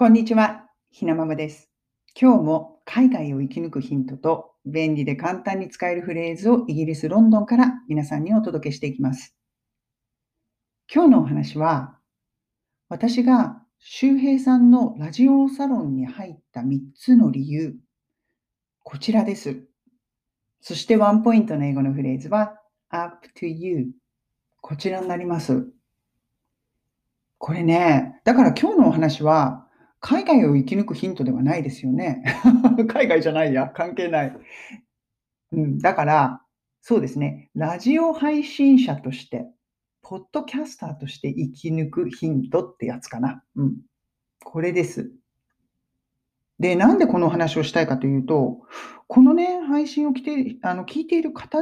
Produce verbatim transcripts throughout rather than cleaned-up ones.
こんにちは、ひなままです。今日も海外を生き抜くヒントと便利で簡単に使えるフレーズをイギリス・ロンドンから皆さんにお届けしていきます。今日のお話は、私が周平さんのラジオサロンに入ったみっつの理由、こちらです。そしてワンポイントの英語のフレーズは up to you。こちらになります。これね、だから今日のお話は、海外を生き抜くヒントではないですよね。海外じゃないや、関係ない。うん、だから、そうですね、ラジオ配信者として、ポッドキャスターとして生き抜くヒントってやつかな。うん、これです。で、なんでこのお話をしたいかというと、このね、配信をきてあの、聞いている方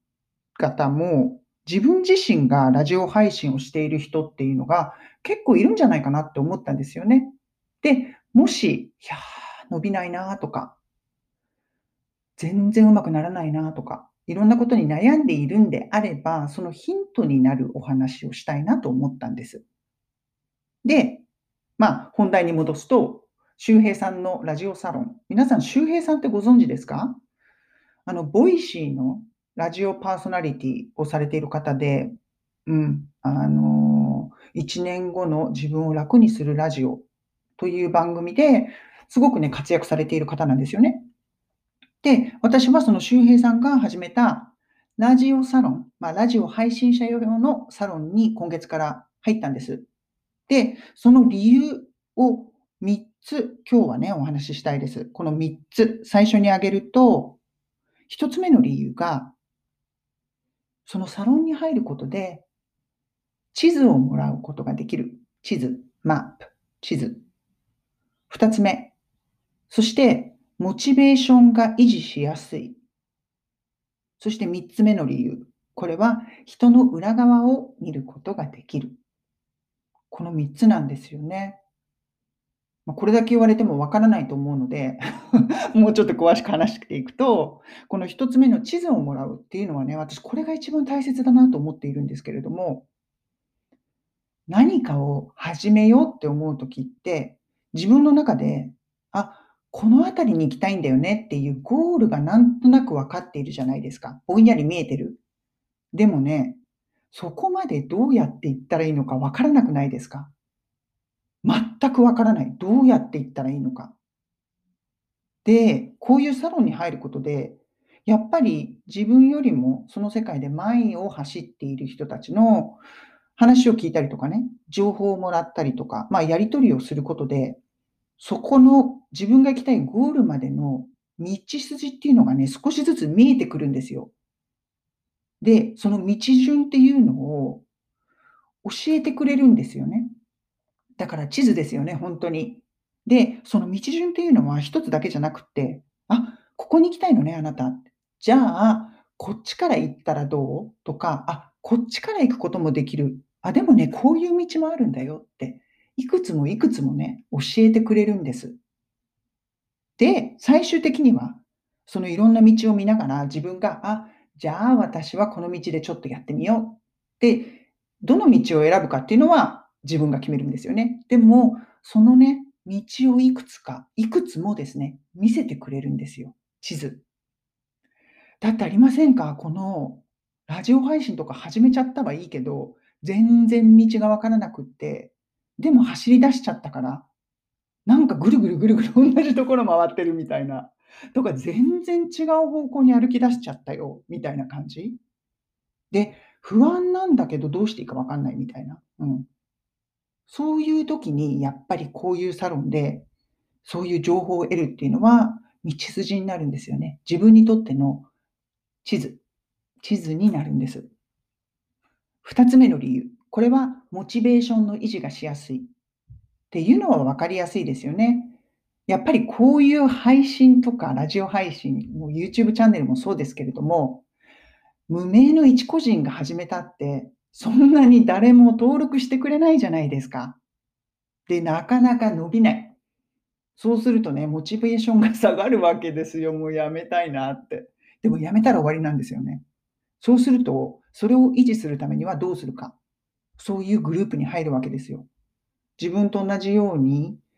々も、自分自身がラジオ配信をしている人っていうのが結構いるんじゃないかなって思ったんですよね。で、もし、いや、伸びないなとか、全然うまくならないなとか、いろんなことに悩んでいるんであれば、そのヒントになるお話をしたいなと思ったんです。で、まあ、本題に戻すと、周平さんのラジオサロン。皆さん、周平さんってご存知ですか？あの、ボイシーのラジオパーソナリティをされている方で、うん、あの、いちねんごの自分を楽にするラジオという番組で、すごくね、活躍されている方なんですよね。で、私はその周平さんが始めたラジオサロン、まあ、ラジオ配信者用のサロンに今月から入ったんです。で、その理由をみっつ、今日はね、お話ししたいです。このみっつ、最初に挙げると、ひとつめの理由が、そのサロンに入ることで、地図をもらうことができる。地図、マップ、地図。ふたつめ、そして、モチベーションが維持しやすい。そしてみっつめの理由。これは人の裏側を見ることができる。このみっつなんですよね。まあ、これだけ言われてもわからないと思うので、もうちょっと詳しく話していくと、このひとつめの地図をもらうっていうのはね、私これが一番大切だなと思っているんですけれども、何かを始めようって思う時って、自分の中で、あ、この辺りに行きたいんだよねっていうゴールがなんとなく分かっているじゃないですか。ぼんやり見えてる。でもね、そこまでどうやって行ったらいいのかわからなくないですか？全くわからない。どうやって行ったらいいのか。で、こういうサロンに入ることで、やっぱり自分よりもその世界で前を走っている人たちの話を聞いたりとかね、情報をもらったりとか、まあ、やり取りをすることで、そこの自分が行きたいゴールまでの道筋っていうのがね、少しずつ見えてくるんですよ。で、その道順っていうのを教えてくれるんですよね。だから地図ですよね、ほんとに。で、その道順っていうのは一つだけじゃなくって、「あ、ここに行きたいのね、あなた。じゃあ、こっちから行ったらどう？」とか、「あ、こっちから行くこともできる。あ、でもね、こういう道もあるんだよ」って、いくつもいくつもね、教えてくれるんです。で、最終的には、そのいろんな道を見ながら、自分が、あ、じゃあ私はこの道でちょっとやってみようって、どの道を選ぶかっていうのは自分が決めるんですよね。でも、そのね、道をいくつか、いくつもですね、見せてくれるんですよ、地図。だってありませんか？このラジオ配信とか始めちゃったはいいけど、全然道がわからなくって、でも走り出しちゃったからなんかぐるぐるぐるぐる同じところ回ってるみたいな。とか全然違う方向に歩き出しちゃったよみたいな感じ。で、不安なんだけどどうしていいかわかんないみたいな。うん。そういう時にやっぱりこういうサロンで、そういう情報を得るっていうのは道筋になるんですよね。自分にとっての地図地図になるんです。ふたつめの理由。これはモチベーションの維持がしやすいっていうのは分かりやすいですよね。やっぱりこういう配信とかラジオ配信、もう YouTube チャンネルもそうですけれども、無名の一個人が始めたって、そんなに誰も登録してくれないじゃないですか。で、なかなか伸びない。そうするとね、モチベーションが下がるわけですよ。もうやめたいなって。でもやめたら終わりなんですよね。そうすると、それを維持するためにはどうするか。そういうグループに入るわけですよ。自分と同じように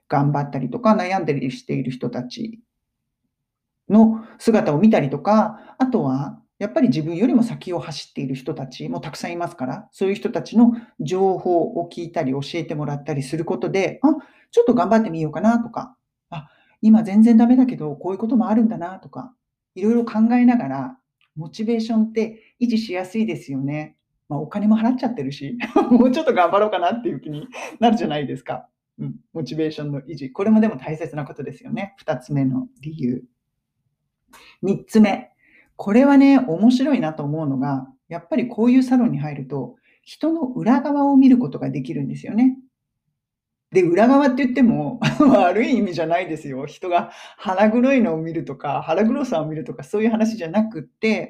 頑張ったりとか、悩んだりしている人たちの姿を見たりとか、あとはやっぱり自分よりも先を走っている人たちもたくさんいますから、そういう人たちの情報を聞いたり教えてもらったりすることで、あ、ちょっと頑張ってみようかなとか、あ、今全然ダメだけど、こういうこともあるんだなとか、いろいろ考えながら、モチベーションって維持しやすいですよね。まあ、お金も払っちゃってるし、もうちょっと頑張ろうかなっていう気になるじゃないですか。うん、モチベーションの維持。これもでも大切なことですよね。ふたつめの理由。みっつめ。これはね、面白いなと思うのが、やっぱりこういうサロンに入ると、人の裏側を見ることができるんですよね。で、裏側って言っても悪い意味じゃないですよ。人が腹黒いのを見るとか、腹黒さを見るとか、そういう話じゃなくって、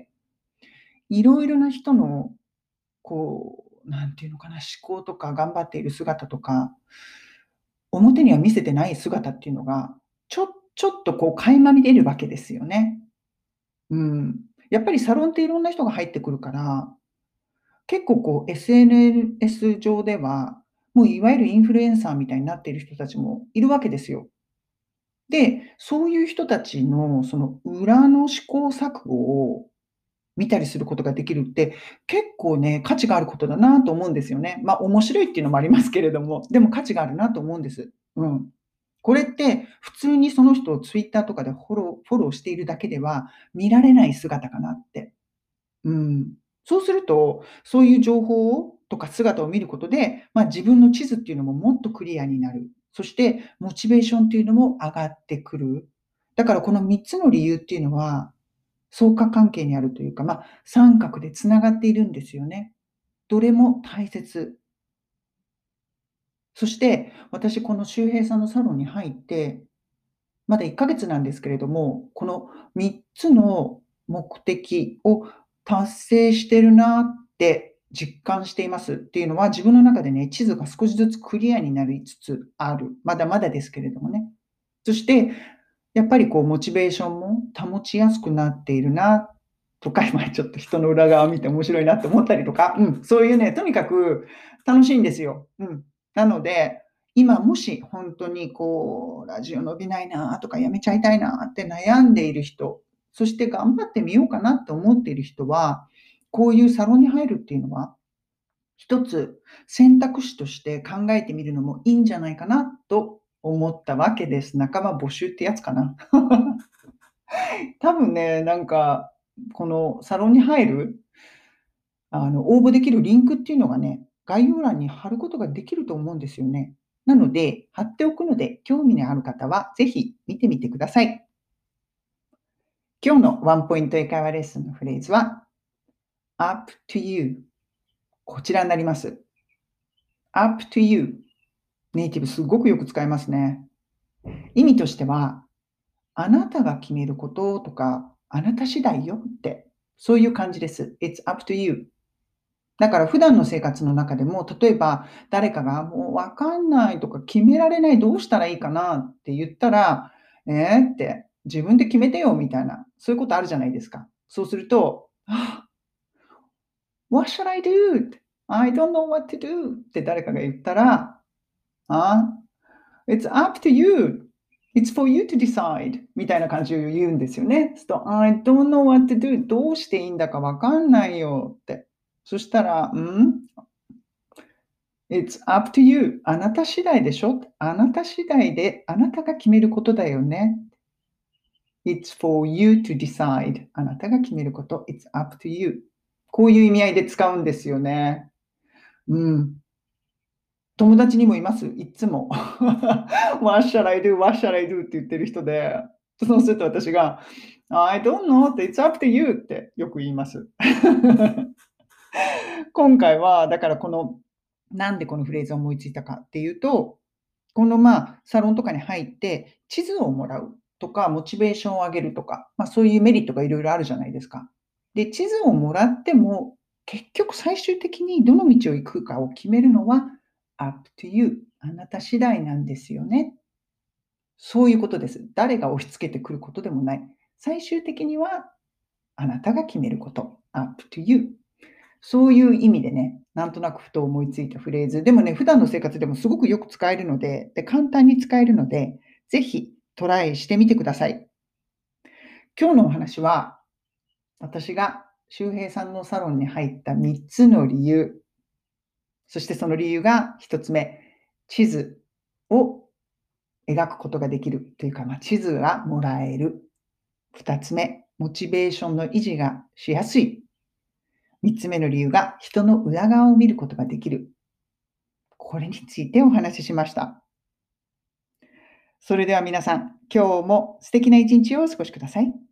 いろいろな人の、こう、なんていうのかな、思考とか頑張っている姿とか、表には見せてない姿っていうのが、ちょちょっとこう垣間見れるわけですよね。うん。やっぱりサロンっていろんな人が入ってくるから、結構こう エスエヌエス 上では、もういわゆるインフルエンサーみたいになっている人たちもいるわけですよ。で、そういう人たちのその裏の試行錯誤を見たりすることができるって、結構ね、価値があることだなと思うんですよね。まあ、面白いっていうのもありますけれども、でも価値があるなと思うんです。うん。これって普通にその人をツイッターとかでフォローフォローしているだけでは見られない姿かなってうん。そうすると、そういう情報をとか姿を見ることで、まあ、自分の地図っていうのももっとクリアになる。そしてモチベーションっていうのも上がってくる。だからこのみっつの理由っていうのは、相関関係にあるというか、まあ、三角でつながっているんですよね。どれも大切。そして、私この周平さんのサロンに入って、まだいっかげつなんですけれども、このみっつの目的を達成してるなって実感しています。っていうのは、自分の中でね、地図が少しずつクリアになりつつある。まだまだですけれどもね。そして、やっぱりこうモチベーションも保ちやすくなっているなとか、今ちょっと人の裏側を見て面白いなって思ったりとか、うん、そういうね、とにかく楽しいんですよ。うん。なので、今もし本当にこう、ラジオ伸びないなとかやめちゃいたいなって悩んでいる人、そして頑張ってみようかなって思っている人は、こういうサロンに入るっていうのは、一つ選択肢として考えてみるのもいいんじゃないかなと思ったわけです。仲間募集ってやつかな。多分ね、なんか、このサロンに入る、あの、応募できるリンクっていうのがね、概要欄に貼ることができると思うんですよね。なので、貼っておくので、興味のある方はぜひ見てみてください。今日のワンポイント英会話レッスンのフレーズは、up to you。こちらになります。up to you。ネイティブすごくよく使いますね。意味としては、あなたが決めることとか、あなた次第よって、そういう感じです。It's up to you。だから普段の生活の中でも、例えば誰かがもうわかんないとか決められない、どうしたらいいかなって言ったら、えーって、自分で決めてよみたいな、そういうことあるじゃないですか。そうすると、あ What should I do? I don't know what to do って誰かが言ったら、あ It's up to you. It's for you to decide みたいな感じを言うんですよね。そうすると I don't know what to do. どうしていいんだかわかんないよって。そしたら、ん It's up to you. あなた次第でしょあなた次第で、あなたが決めることだよね。It's for you to decide. あなたが決めること。It's up to you. こういう意味合いで使うんですよね。うん。友達にもいます。いつも。What shall I do? What shall I do? って言ってる人で、そうすると私が、I don't know って It's up to you ってよく言います。今回は、だからこの、なんでこのフレーズを思いついたかっていうと、このまあ、サロンとかに入って、地図をもらうとか、モチベーションを上げるとか、まあ、そういうメリットがいろいろあるじゃないですか。で、地図をもらっても、結局最終的にどの道を行くかを決めるのは up to you。あなた次第なんですよね。そういうことです。誰が押し付けてくることでもない。最終的にはあなたが決めること。up to you。 そういう意味でね、なんとなくふと思いついたフレーズ。でもね、普段の生活でもすごくよく使えるので、で、簡単に使えるので、ぜひトライしてみてください。今日のお話は、私が周平さんのサロンに入ったみっつの理由、そしてその理由がひとつめ、地図を描くことができるというか、まあ、地図がもらえる。ふたつめ、モチベーションの維持がしやすい。みっつめの理由が人の裏側を見ることができる。これについてお話ししました。それでは皆さん、今日も素敵な一日をお過ごしください。